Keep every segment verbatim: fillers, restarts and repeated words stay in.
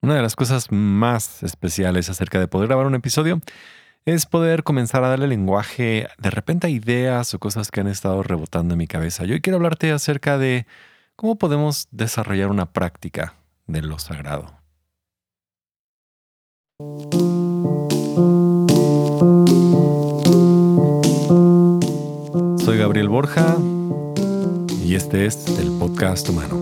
Una de las cosas más especiales acerca de poder grabar un episodio es poder comenzar a darle lenguaje de repente a ideas o cosas que han estado rebotando en mi cabeza. Yo hoy quiero hablarte acerca de cómo podemos desarrollar una práctica de lo sagrado. Soy Gabriel Borja y este es el Podcast Humano.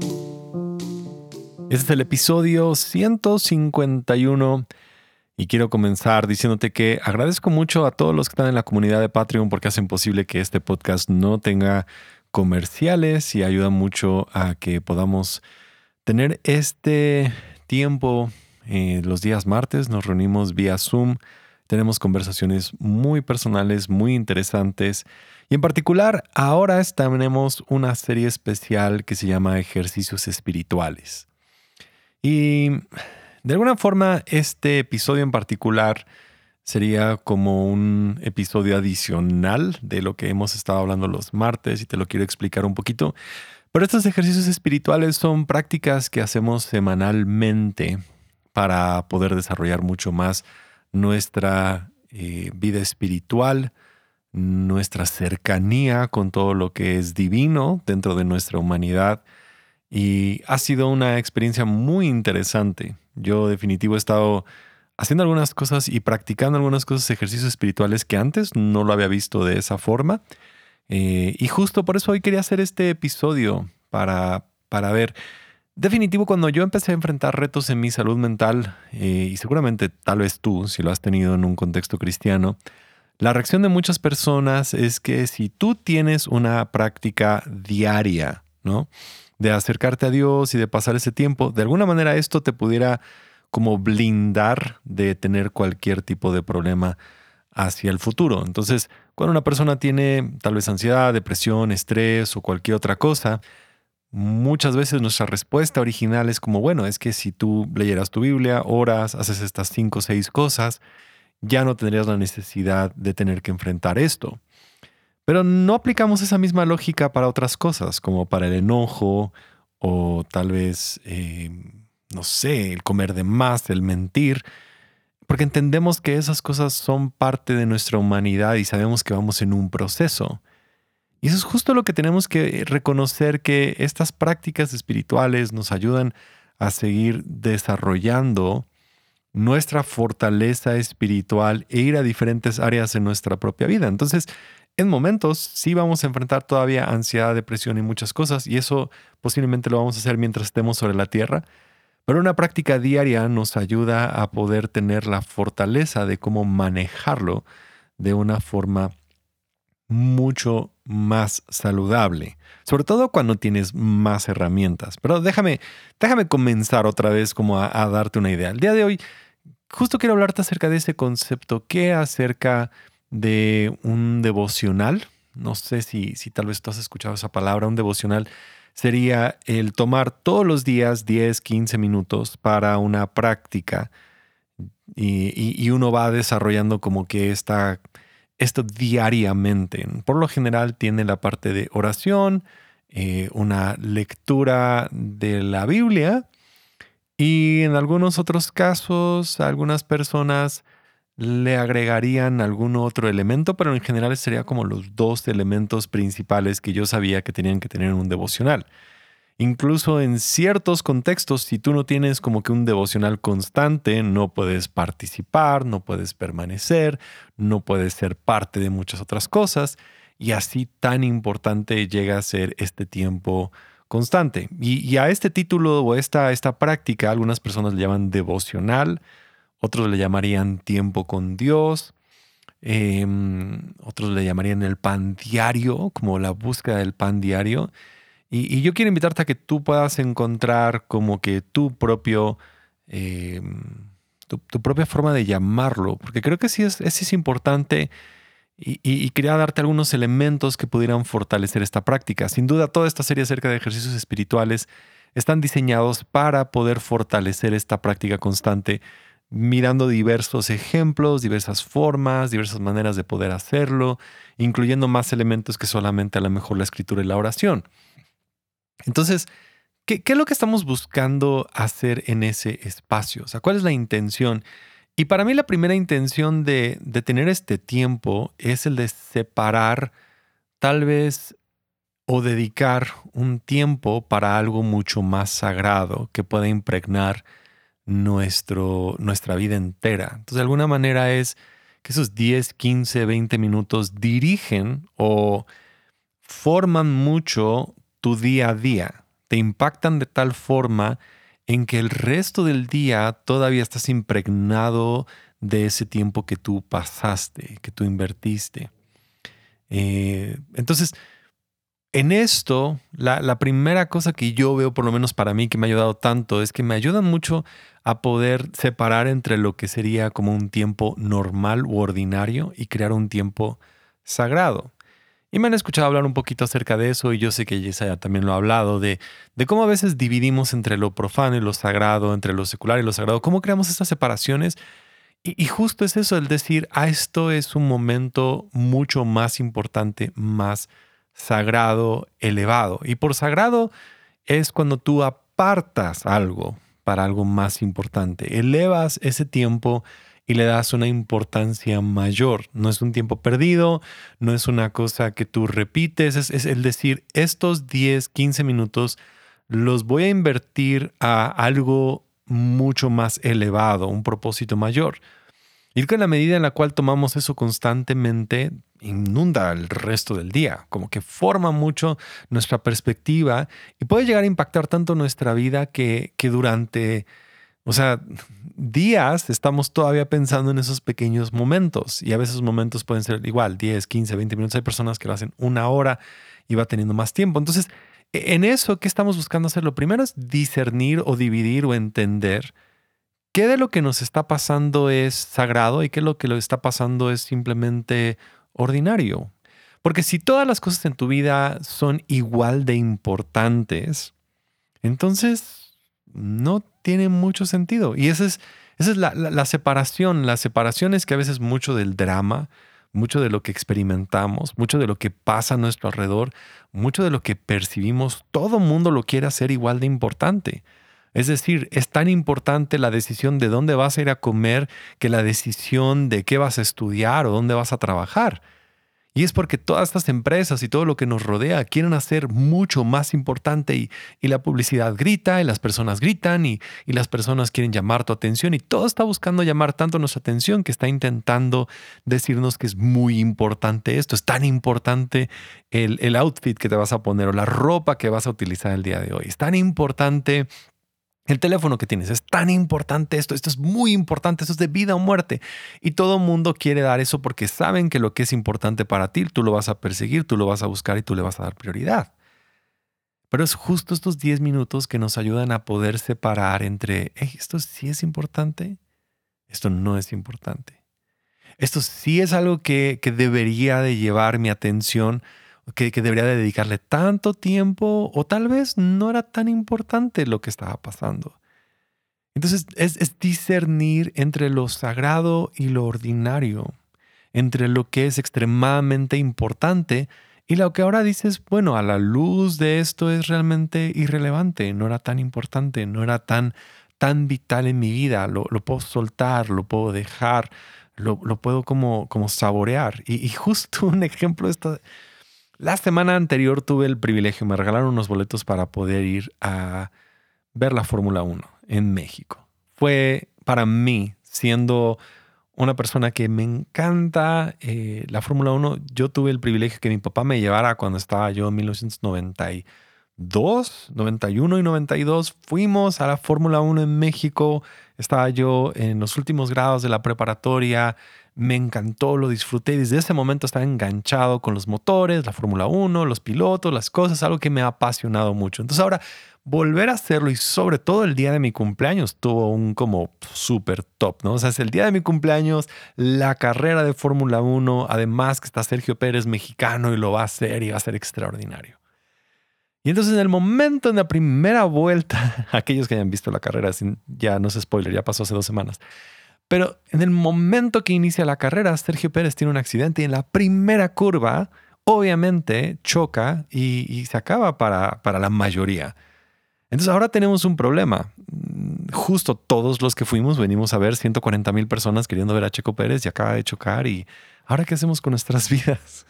Este es el episodio ciento cincuenta y uno y quiero comenzar diciéndote que agradezco mucho a todos los que están en la comunidad de Patreon porque hacen posible que este podcast no tenga comerciales y ayuda mucho a que podamos tener este tiempo. Eh, los días martes nos reunimos vía Zoom, tenemos conversaciones muy personales, muy interesantes y en particular ahora tenemos una serie especial que se llama Ejercicios Espirituales. Y de alguna forma este episodio en particular sería como un episodio adicional de lo que hemos estado hablando los martes y te lo quiero explicar un poquito. Pero estos ejercicios espirituales son prácticas que hacemos semanalmente para poder desarrollar mucho más nuestra eh, vida espiritual, nuestra cercanía con todo lo que es divino dentro de nuestra humanidad. Y ha sido una experiencia muy interesante. Yo definitivo he estado haciendo algunas cosas y practicando algunas cosas, ejercicios espirituales que antes no lo había visto de esa forma. Eh, y justo por eso hoy quería hacer este episodio para, para ver. Definitivo, cuando yo empecé a enfrentar retos en mi salud mental, eh, y seguramente tal vez tú, si lo has tenido en un contexto cristiano, la reacción de muchas personas es que si tú tienes una práctica diaria, ¿no?, de acercarte a Dios y de pasar ese tiempo, de alguna manera esto te pudiera como blindar de tener cualquier tipo de problema hacia el futuro. Entonces, cuando una persona tiene tal vez ansiedad, depresión, estrés o cualquier otra cosa, muchas veces nuestra respuesta original es como, bueno, es que si tú leyeras tu Biblia, oras, haces estas cinco o seis cosas, ya no tendrías la necesidad de tener que enfrentar esto. Pero no aplicamos esa misma lógica para otras cosas, como para el enojo o tal vez, eh, no sé, el comer de más, el mentir, porque entendemos que esas cosas son parte de nuestra humanidad y sabemos que vamos en un proceso. Y eso es justo lo que tenemos que reconocer, que estas prácticas espirituales nos ayudan a seguir desarrollando nuestra fortaleza espiritual e ir a diferentes áreas en nuestra propia vida. Entonces, en momentos sí vamos a enfrentar todavía ansiedad, depresión y muchas cosas, y eso posiblemente lo vamos a hacer mientras estemos sobre la tierra, pero una práctica diaria nos ayuda a poder tener la fortaleza de cómo manejarlo de una forma mucho más saludable, sobre todo cuando tienes más herramientas. Pero déjame, déjame comenzar otra vez como a, a darte una idea. El día de hoy justo quiero hablarte acerca de ese concepto. ¿Qué acerca de un devocional? No sé si, si tal vez tú has escuchado esa palabra. Un devocional sería el tomar todos los días diez, quince minutos para una práctica y, y, y uno va desarrollando como que esta, esto diariamente. Por lo general tiene la parte de oración, eh, una lectura de la Biblia. Y en algunos otros casos, algunas personas le agregarían algún otro elemento, pero en general sería como los dos elementos principales que yo sabía que tenían que tener en un devocional. Incluso en ciertos contextos, si tú no tienes como que un devocional constante, no puedes participar, no puedes permanecer, no puedes ser parte de muchas otras cosas. Y así tan importante llega a ser este tiempo constante. Y, y a este título o esta, esta práctica, algunas personas le llaman devocional, otros le llamarían tiempo con Dios, eh, otros le llamarían el pan diario, como la búsqueda del pan diario. Y, y yo quiero invitarte a que tú puedas encontrar como que tu propio, eh, tu, tu propia forma de llamarlo, porque creo que sí es, sí es importante. Y, y, y quería darte algunos elementos que pudieran fortalecer esta práctica. Sin duda, toda esta serie acerca de ejercicios espirituales están diseñados para poder fortalecer esta práctica constante, mirando diversos ejemplos, diversas formas, diversas maneras de poder hacerlo, incluyendo más elementos que solamente a lo mejor la escritura y la oración. Entonces, ¿Qué, qué es lo que estamos buscando hacer en ese espacio? O sea, ¿cuál es la intención? Y para mí la primera intención de, de tener este tiempo es el de separar tal vez o dedicar un tiempo para algo mucho más sagrado que pueda impregnar nuestro, nuestra vida entera. Entonces, de alguna manera es que esos diez, quince, veinte minutos dirigen o forman mucho tu día a día. Te impactan de tal forma en que el resto del día todavía estás impregnado de ese tiempo que tú pasaste, que tú invertiste. Eh, entonces, en esto, la, la primera cosa que yo veo, por lo menos para mí, que me ha ayudado tanto, es que me ayudan mucho a poder separar entre lo que sería como un tiempo normal u ordinario y crear un tiempo sagrado. Y me han escuchado hablar un poquito acerca de eso y yo sé que Yesaya también lo ha hablado, de, de cómo a veces dividimos entre lo profano y lo sagrado, entre lo secular y lo sagrado, cómo creamos estas separaciones. Y, y justo es eso, el decir, ah, esto es un momento mucho más importante, más sagrado, elevado. Y por sagrado es cuando tú apartas algo para algo más importante. Elevas ese tiempo y le das una importancia mayor. No es un tiempo perdido, no es una cosa que tú repites, es, es el decir, estos diez, quince minutos los voy a invertir a algo mucho más elevado, un propósito mayor. Y que en la medida en la cual tomamos eso constantemente, inunda el resto del día, como que forma mucho nuestra perspectiva y puede llegar a impactar tanto nuestra vida que, que durante, o sea, días estamos todavía pensando en esos pequeños momentos y a veces momentos pueden ser igual, diez, quince, veinte minutos. Hay personas que lo hacen una hora y va teniendo más tiempo. Entonces, en eso, ¿qué estamos buscando hacer? Lo primero es discernir o dividir o entender qué de lo que nos está pasando es sagrado y qué de lo que lo está pasando es simplemente ordinario. Porque si todas las cosas en tu vida son igual de importantes, entonces no tiene mucho sentido. Y esa es, esa es la, la, la separación. La separación es que a veces mucho del drama, mucho de lo que experimentamos, mucho de lo que pasa a nuestro alrededor, mucho de lo que percibimos, todo mundo lo quiere hacer igual de importante. Es decir, es tan importante la decisión de dónde vas a ir a comer que la decisión de qué vas a estudiar o dónde vas a trabajar. Y es porque todas estas empresas y todo lo que nos rodea quieren hacer mucho más importante y, y la publicidad grita y las personas gritan y, y las personas quieren llamar tu atención y todo está buscando llamar tanto nuestra atención que está intentando decirnos que es muy importante esto, es tan importante el, el outfit que te vas a poner o la ropa que vas a utilizar el día de hoy, es tan importante el teléfono que tienes, es tan importante esto, esto es muy importante, esto es de vida o muerte. Y todo el mundo quiere dar eso porque saben que lo que es importante para ti, tú lo vas a perseguir, tú lo vas a buscar y tú le vas a dar prioridad. Pero es justo estos diez minutos que nos ayudan a poder separar entre, hey, esto sí es importante, esto no es importante. Esto sí es algo que, que debería de llevar mi atención, que, que debería de dedicarle tanto tiempo o tal vez no era tan importante lo que estaba pasando. Entonces es, es discernir entre lo sagrado y lo ordinario, entre lo que es extremadamente importante y lo que ahora dices, bueno, a la luz de esto es realmente irrelevante, no era tan importante, no era tan, tan vital en mi vida, lo, lo puedo soltar, lo puedo dejar, lo, lo puedo como, como saborear. Y, y justo un ejemplo de esta, la semana anterior tuve el privilegio, me regalaron unos boletos para poder ir a ver la Fórmula uno en México. Fue para mí, siendo una persona que me encanta eh, la Fórmula uno, yo tuve el privilegio que mi papá me llevara cuando estaba yo en mil novecientos noventa y dos, noventa y uno y noventa y dos. Fuimos a la Fórmula uno en México. Estaba yo en los últimos grados de la preparatoria. Me encantó, lo disfruté. Desde ese momento estaba enganchado con los motores, la Fórmula uno, los pilotos, las cosas, algo que me ha apasionado mucho. Entonces ahora volver a hacerlo y sobre todo el día de mi cumpleaños tuvo un como súper top, ¿no? O sea, es el día de mi cumpleaños, la carrera de Fórmula uno, además que está Sergio Pérez mexicano y lo va a hacer y va a ser extraordinario. Y entonces en el momento, en la primera vuelta, aquellos que hayan visto la carrera, ya no es spoiler, ya pasó hace dos semanas, pero en el momento que inicia la carrera, Sergio Pérez tiene un accidente y en la primera curva, obviamente, choca y, y se acaba para, para la mayoría. Entonces ahora tenemos un problema. Justo todos los que fuimos venimos a ver ciento cuarenta mil personas queriendo ver a Checo Pérez y acaba de chocar. ¿Y ahora qué hacemos con nuestras vidas?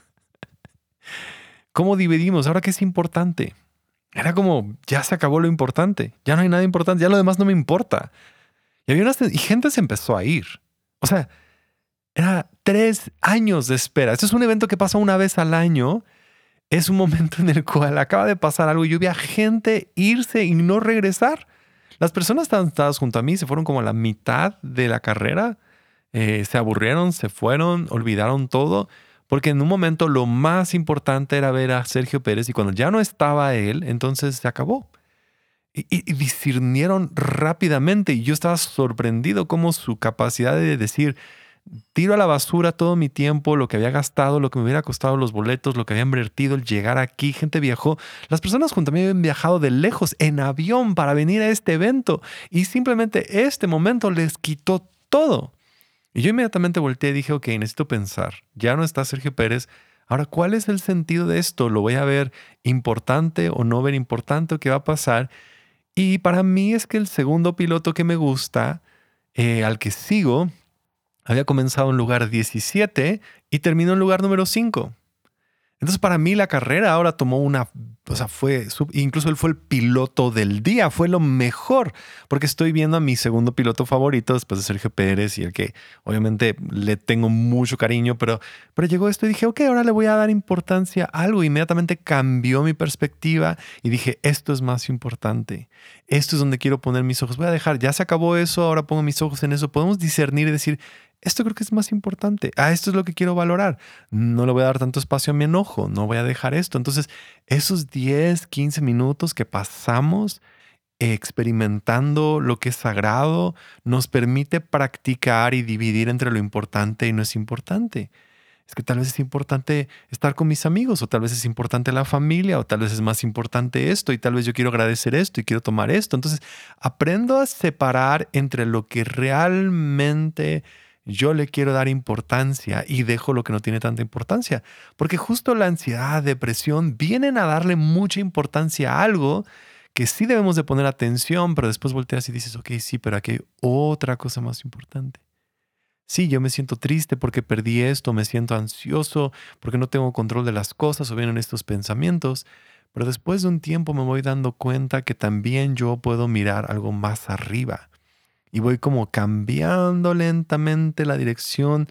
¿Cómo dividimos? ¿Ahora qué es importante? Era como, ya se acabó lo importante. Ya no hay nada importante. Ya lo demás no me importa. Y, había unas, y gente se empezó a ir. O sea, era tres años de espera. Este es un evento que pasa una vez al año. Es un momento en el cual acaba de pasar algo y yo vi a gente irse y no regresar. Las personas estaban sentadas junto a mí, se fueron como a la mitad de la carrera, eh, se aburrieron, se fueron, olvidaron todo, porque en un momento lo más importante era ver a Sergio Pérez y cuando ya no estaba él, entonces se acabó. Y, y, y discernieron rápidamente y yo estaba sorprendido cómo su capacidad de decir, tiro a la basura todo mi tiempo, lo que había gastado, lo que me hubiera costado los boletos, lo que había invertido, el llegar aquí. Gente viajó. Las personas junto a mí habían viajado de lejos en avión para venir a este evento y simplemente este momento les quitó todo. Y yo inmediatamente volteé y dije, ok, necesito pensar. Ya no está Sergio Pérez. Ahora, ¿cuál es el sentido de esto? ¿Lo voy a ver importante o no ver importante o qué va a pasar? Y para mí es que el segundo piloto que me gusta, eh, al que sigo, había comenzado en lugar diecisiete y terminó en lugar número cinco. Entonces para mí la carrera ahora tomó una, o sea, fue, incluso él fue el piloto del día, fue lo mejor, porque estoy viendo a mi segundo piloto favorito después de Sergio Pérez y el que obviamente le tengo mucho cariño, pero, pero llegó esto y dije, ok, ahora le voy a dar importancia a algo. Inmediatamente cambió mi perspectiva y dije, esto es más importante, esto es donde quiero poner mis ojos. Voy a dejar, ya se acabó eso, ahora pongo mis ojos en eso. Podemos discernir y decir, esto creo que es más importante. Ah, esto es lo que quiero valorar. No le voy a dar tanto espacio a mi enojo. No voy a dejar esto. Entonces, esos diez, quince minutos que pasamos experimentando lo que es sagrado nos permite practicar y dividir entre lo importante y no es importante. Es que tal vez es importante estar con mis amigos, o tal vez es importante la familia, o tal vez es más importante esto, y tal vez yo quiero agradecer esto y quiero tomar esto. Entonces, aprendo a separar entre lo que realmente yo le quiero dar importancia y dejo lo que no tiene tanta importancia. Porque justo la ansiedad, depresión, vienen a darle mucha importancia a algo que sí debemos de poner atención, pero después volteas y dices, ok, sí, pero aquí hay otra cosa más importante. Sí, yo me siento triste porque perdí esto, me siento ansioso porque no tengo control de las cosas o vienen estos pensamientos, pero después de un tiempo me voy dando cuenta que también yo puedo mirar algo más arriba. Y voy como cambiando lentamente la dirección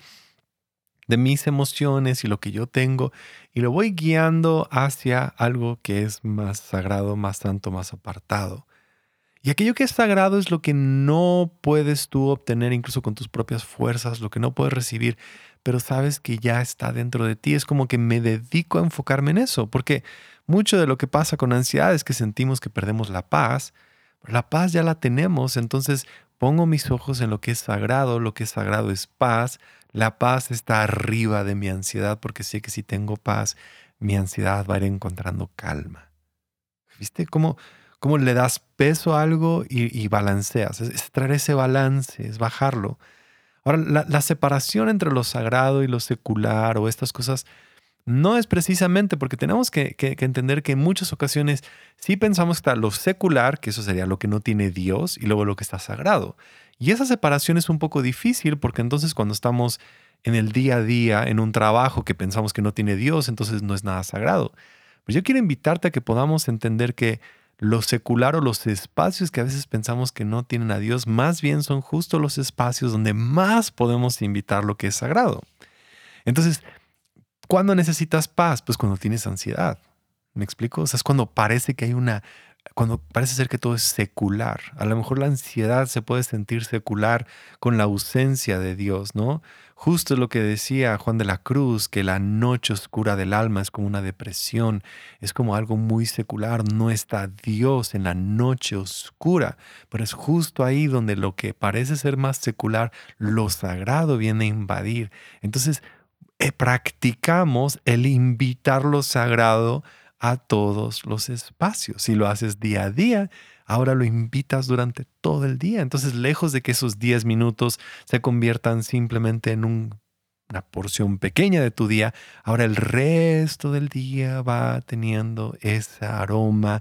de mis emociones y lo que yo tengo y lo voy guiando hacia algo que es más sagrado, más santo, más apartado. Y aquello que es sagrado es lo que no puedes tú obtener incluso con tus propias fuerzas, lo que no puedes recibir, pero sabes que ya está dentro de ti. Es como que me dedico a enfocarme en eso, porque mucho de lo que pasa con ansiedad es que sentimos que perdemos la paz, pero la paz ya la tenemos, entonces pongo mis ojos en lo que es sagrado, lo que es sagrado es paz. La paz está arriba de mi ansiedad porque sé que si tengo paz, mi ansiedad va a ir encontrando calma. ¿Viste cómo, cómo le das peso a algo y, y balanceas? Es, es traer ese balance, es bajarlo. Ahora, la, la separación entre lo sagrado y lo secular o estas cosas no es precisamente porque tenemos que, que, que entender que en muchas ocasiones sí pensamos que está lo secular, que eso sería lo que no tiene Dios, y luego lo que está sagrado. Y esa separación es un poco difícil porque entonces cuando estamos en el día a día, en un trabajo que pensamos que no tiene Dios, entonces no es nada sagrado. Pues yo quiero invitarte a que podamos entender que lo secular o los espacios que a veces pensamos que no tienen a Dios, más bien son justo los espacios donde más podemos invitar lo que es sagrado. Entonces, ¿cuándo necesitas paz? Pues cuando tienes ansiedad. ¿Me explico? O sea, es cuando parece que hay una, cuando parece ser que todo es secular. A lo mejor la ansiedad se puede sentir secular con la ausencia de Dios, ¿no? Justo lo que decía Juan de la Cruz, que la noche oscura del alma es como una depresión, es como algo muy secular. No está Dios en la noche oscura, pero es justo ahí donde lo que parece ser más secular, lo sagrado viene a invadir. Entonces, eh, practicamos el invitar lo sagrado a todos los espacios. Si lo haces día a día, ahora lo invitas durante todo el día. Entonces, lejos de que esos diez minutos se conviertan simplemente en un- una porción pequeña de tu día, ahora el resto del día va teniendo ese aroma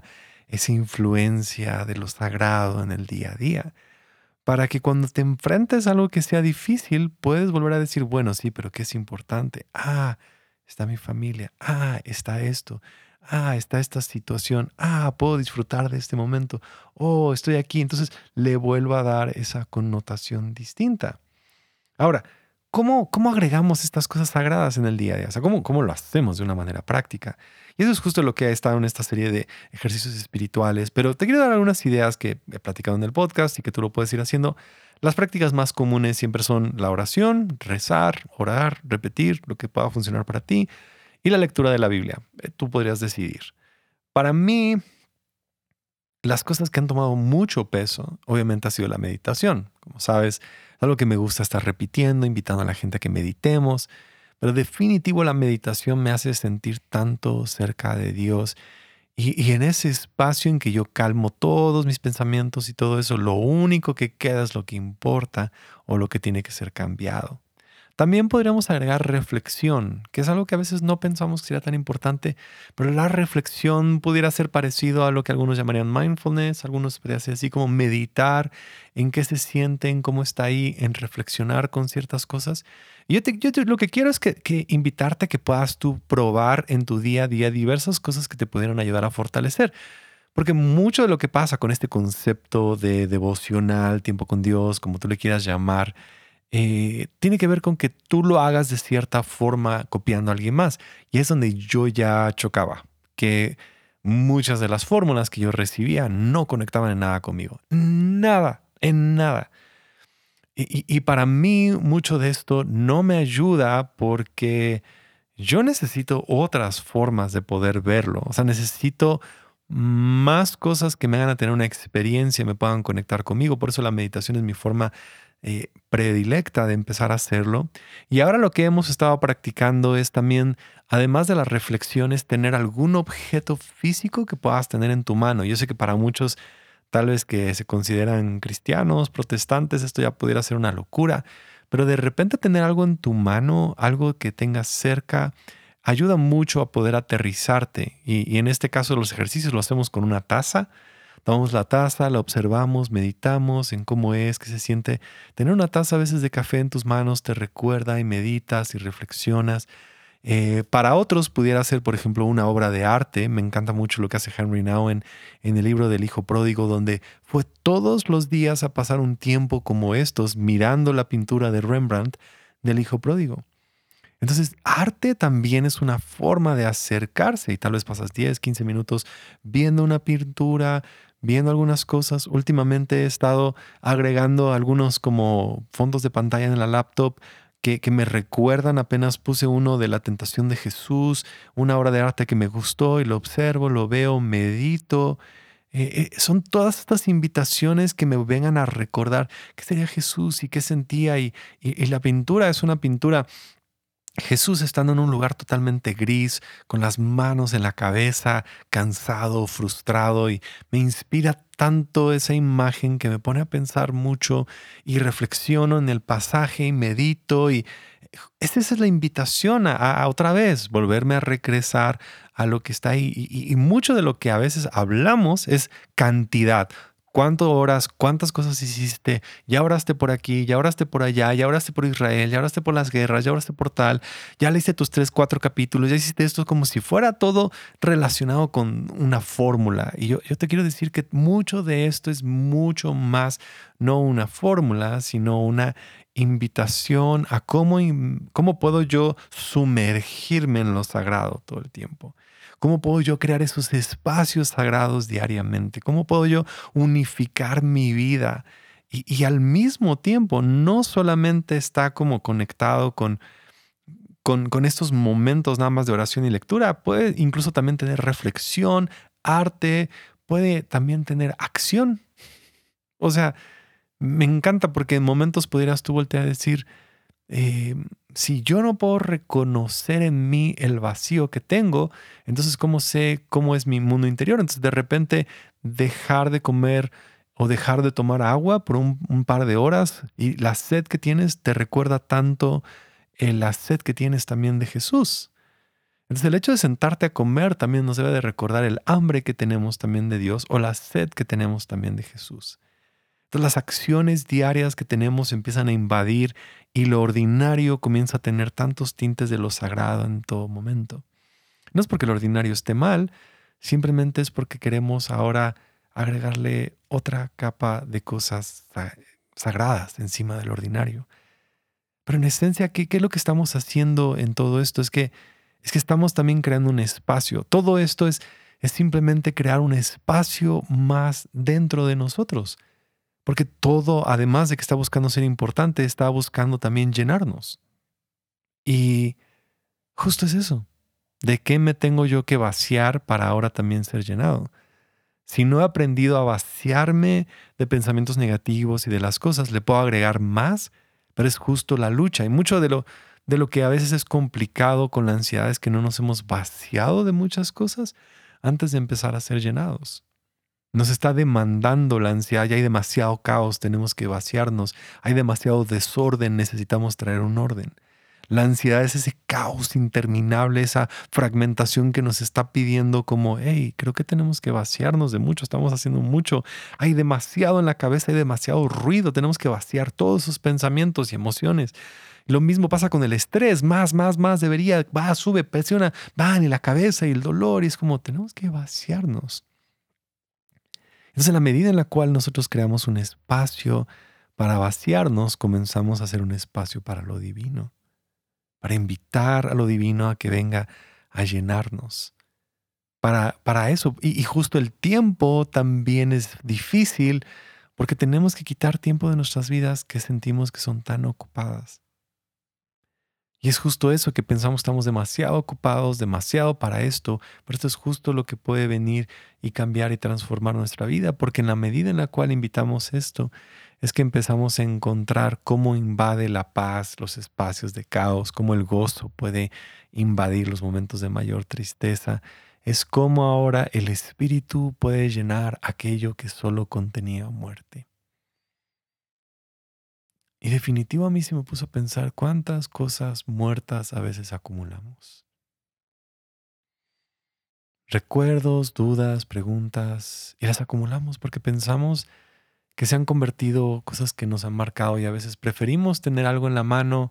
esa influencia de lo sagrado en el día a día, para que cuando te enfrentes a algo que sea difícil, puedes volver a decir, bueno, sí, pero ¿qué es importante? Ah, está mi familia. Ah, está esto. Ah, está esta situación. Ah, puedo disfrutar de este momento. Oh, estoy aquí. Entonces le vuelvo a dar esa connotación distinta. Ahora, ¿cómo, cómo agregamos estas cosas sagradas en el día a día? O sea, ¿cómo, cómo lo hacemos de una manera práctica? Y eso es justo lo que ha estado en esta serie de ejercicios espirituales. Pero te quiero dar algunas ideas que he platicado en el podcast y que tú lo puedes ir haciendo. Las prácticas más comunes siempre son la oración, rezar, orar, repetir lo que pueda funcionar para ti y la lectura de la Biblia. Eh, Tú podrías decidir. Para mí, las cosas que han tomado mucho peso, obviamente, ha sido la meditación. Como sabes, es algo que me gusta estar repitiendo, invitando a la gente a que meditemos. Pero definitivo la meditación me hace sentir tanto cerca de Dios. Y, y en ese espacio en que yo calmo todos mis pensamientos y todo eso, lo único que queda es lo que importa o lo que tiene que ser cambiado. También podríamos agregar reflexión, que es algo que a veces no pensamos que sería tan importante, pero la reflexión pudiera ser parecido a lo que algunos llamarían mindfulness, algunos podrían ser así como meditar, en qué se sienten, cómo está ahí, en reflexionar con ciertas cosas. Y yo, te- yo te- lo que quiero es que, que invitarte a que puedas tú probar en tu día a día diversas cosas que te pudieran ayudar a fortalecer. Porque mucho de lo que pasa con este concepto de devocional, tiempo con Dios, como tú le quieras llamar, eh, tiene que ver con que tú lo hagas de cierta forma copiando a alguien más. Y es donde yo ya chocaba, que muchas de las fórmulas que yo recibía no conectaban en nada conmigo. Nada, en nada. Y, y- y para mí mucho de esto no me ayuda porque yo necesito otras formas de poder verlo. O sea, necesito más cosas que me hagan a tener una experiencia, me puedan conectar conmigo. Por eso la meditación es mi forma eh, predilecta de empezar a hacerlo. Y ahora lo que hemos estado practicando es también, además de las reflexiones, tener algún objeto físico que puedas tener en tu mano. Yo sé que para muchos, tal vez que se consideran cristianos, protestantes, esto ya pudiera ser una locura. Pero de repente tener algo en tu mano, algo que tengas cerca, ayuda mucho a poder aterrizarte. Y, y en este caso los ejercicios lo hacemos con una taza. Tomamos la taza, la observamos, meditamos en cómo es, qué se siente. Tener una taza a veces de café en tus manos te recuerda y meditas y reflexionas. Eh, para otros pudiera ser, por ejemplo, una obra de arte. Me encanta mucho lo que hace Henry Nouwen en el libro del Hijo Pródigo, donde fue todos los días a pasar un tiempo como estos mirando la pintura de Rembrandt del Hijo Pródigo. Entonces, arte también es una forma de acercarse y tal vez pasas diez, quince minutos viendo una pintura, viendo algunas cosas. Últimamente he estado agregando algunos como fondos de pantalla en la laptop que, que me recuerdan, apenas puse uno de la tentación de Jesús, una obra de arte que me gustó y lo observo, lo veo, medito. Eh, eh, son todas estas invitaciones que me vengan a recordar qué sería Jesús y qué sentía. Y, y y la pintura es una pintura Jesús estando en un lugar totalmente gris, con las manos en la cabeza, cansado, frustrado, y me inspira tanto esa imagen que me pone a pensar mucho y reflexiono en el pasaje y medito y esa es la invitación a, a otra vez volverme a regresar a lo que está ahí. Y, y- y mucho de lo que a veces hablamos es cantidad. ¿Cuántas horas, cuántas cosas hiciste? Ya oraste por aquí, ya oraste por allá, ya oraste por Israel, ya oraste por las guerras, ya oraste por tal, ya leíste tus tres, cuatro capítulos, ya hiciste esto como si fuera todo relacionado con una fórmula. Y yo, yo te quiero decir que mucho de esto es mucho más, no una fórmula, sino una invitación a cómo, im- cómo puedo yo sumergirme en lo sagrado todo el tiempo. ¿Cómo puedo yo crear esos espacios sagrados diariamente? ¿Cómo puedo yo unificar mi vida? Y, y al mismo tiempo, no solamente está como conectado con, con, con estos momentos nada más de oración y lectura, puede incluso también tener reflexión, arte, puede también tener acción. O sea, me encanta porque en momentos pudieras tú voltear a decir, eh, si yo no puedo reconocer en mí el vacío que tengo, entonces ¿cómo sé cómo es mi mundo interior? Entonces de repente dejar de comer o dejar de tomar agua por un, un par de horas y la sed que tienes te recuerda tanto eh, la sed que tienes también de Jesús. Entonces el hecho de sentarte a comer también nos debe de recordar el hambre que tenemos también de Dios o la sed que tenemos también de Jesús. Entonces las acciones diarias que tenemos empiezan a invadir y lo ordinario comienza a tener tantos tintes de lo sagrado en todo momento. No es porque lo ordinario esté mal, simplemente es porque queremos ahora agregarle otra capa de cosas sa- sagradas encima del ordinario. Pero en esencia, ¿qué, qué es lo que estamos haciendo en todo esto? Es que, es que estamos también creando un espacio. Todo esto es, es simplemente crear un espacio más dentro de nosotros. Porque todo, además de que está buscando ser importante, está buscando también llenarnos. Y justo es eso. ¿De qué me tengo yo que vaciar para ahora también ser llenado? Si no he aprendido a vaciarme de pensamientos negativos y de las cosas, le puedo agregar más, pero es justo la lucha. Y mucho de lo, de lo que a veces es complicado con la ansiedad es que no nos hemos vaciado de muchas cosas antes de empezar a ser llenados. Nos está demandando la ansiedad, ya hay demasiado caos, tenemos que vaciarnos, hay demasiado desorden, necesitamos traer un orden. La ansiedad es ese caos interminable, esa fragmentación que nos está pidiendo como, hey, creo que tenemos que vaciarnos de mucho, estamos haciendo mucho, hay demasiado en la cabeza, hay demasiado ruido, tenemos que vaciar todos esos pensamientos y emociones. Lo mismo pasa con el estrés, más, más, más debería, va, sube, presiona, van y la cabeza y el dolor, y es como, tenemos que vaciarnos. Entonces, en la medida en la cual nosotros creamos un espacio para vaciarnos, comenzamos a hacer un espacio para lo divino, para invitar a lo divino a que venga a llenarnos. Para, para eso, y, y justo el tiempo también es difícil porque tenemos que quitar tiempo de nuestras vidas que sentimos que son tan ocupadas. Y es justo eso, que pensamos estamos demasiado ocupados, demasiado para esto, pero esto es justo lo que puede venir y cambiar y transformar nuestra vida, porque en la medida en la cual invitamos esto, es que empezamos a encontrar cómo invade la paz los espacios de caos, cómo el gozo puede invadir los momentos de mayor tristeza. Es como ahora el espíritu puede llenar aquello que solo contenía muerte. Y definitivo a mí se me puso a pensar cuántas cosas muertas a veces acumulamos. Recuerdos, dudas, preguntas, y las acumulamos porque pensamos que se han convertido cosas que nos han marcado y a veces preferimos tener algo en la mano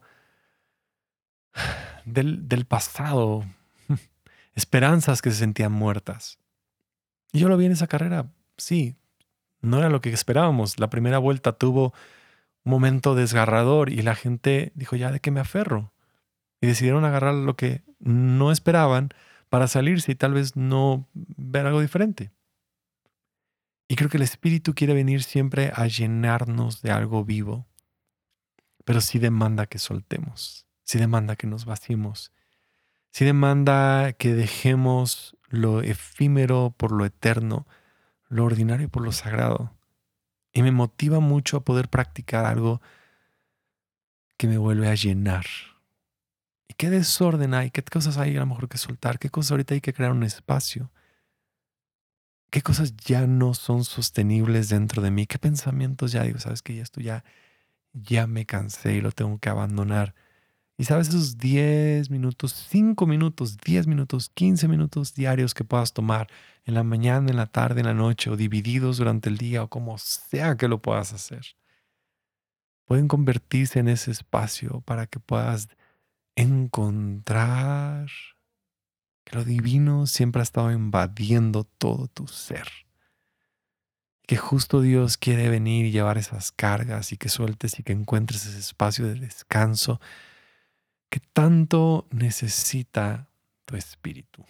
del, del pasado, esperanzas que se sentían muertas. Y yo lo vi en esa carrera, sí, no era lo que esperábamos. La primera vuelta tuvo un momento desgarrador y la gente dijo, ya, ¿de qué me aferro? Y decidieron agarrar lo que no esperaban para salirse y tal vez no ver algo diferente. Y creo que el Espíritu quiere venir siempre a llenarnos de algo vivo, pero sí demanda que soltemos, sí demanda que nos vaciemos, sí demanda que dejemos lo efímero por lo eterno, lo ordinario por lo sagrado. Y me motiva mucho a poder practicar algo que me vuelve a llenar. ¿Y qué desorden hay? ¿Qué cosas hay a lo mejor que soltar? ¿Qué cosas ahorita hay que crear un espacio? ¿Qué cosas ya no son sostenibles dentro de mí? ¿Qué pensamientos ya digo, sabes que ya esto ya, ya me cansé y lo tengo que abandonar? Y sabes, esos diez minutos, cinco minutos, diez minutos, quince minutos diarios que puedas tomar en la mañana, en la tarde, en la noche o divididos durante el día o como sea que lo puedas hacer, pueden convertirse en ese espacio para que puedas encontrar que lo divino siempre ha estado invadiendo todo tu ser. Que justo Dios quiere venir y llevar esas cargas y que sueltes y que encuentres ese espacio de descanso que tanto necesita tu espíritu,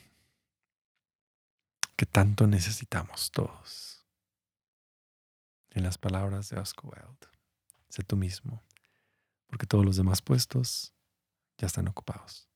que tanto necesitamos todos. En las palabras de Oscar Wilde, sé tú mismo, porque todos los demás puestos ya están ocupados.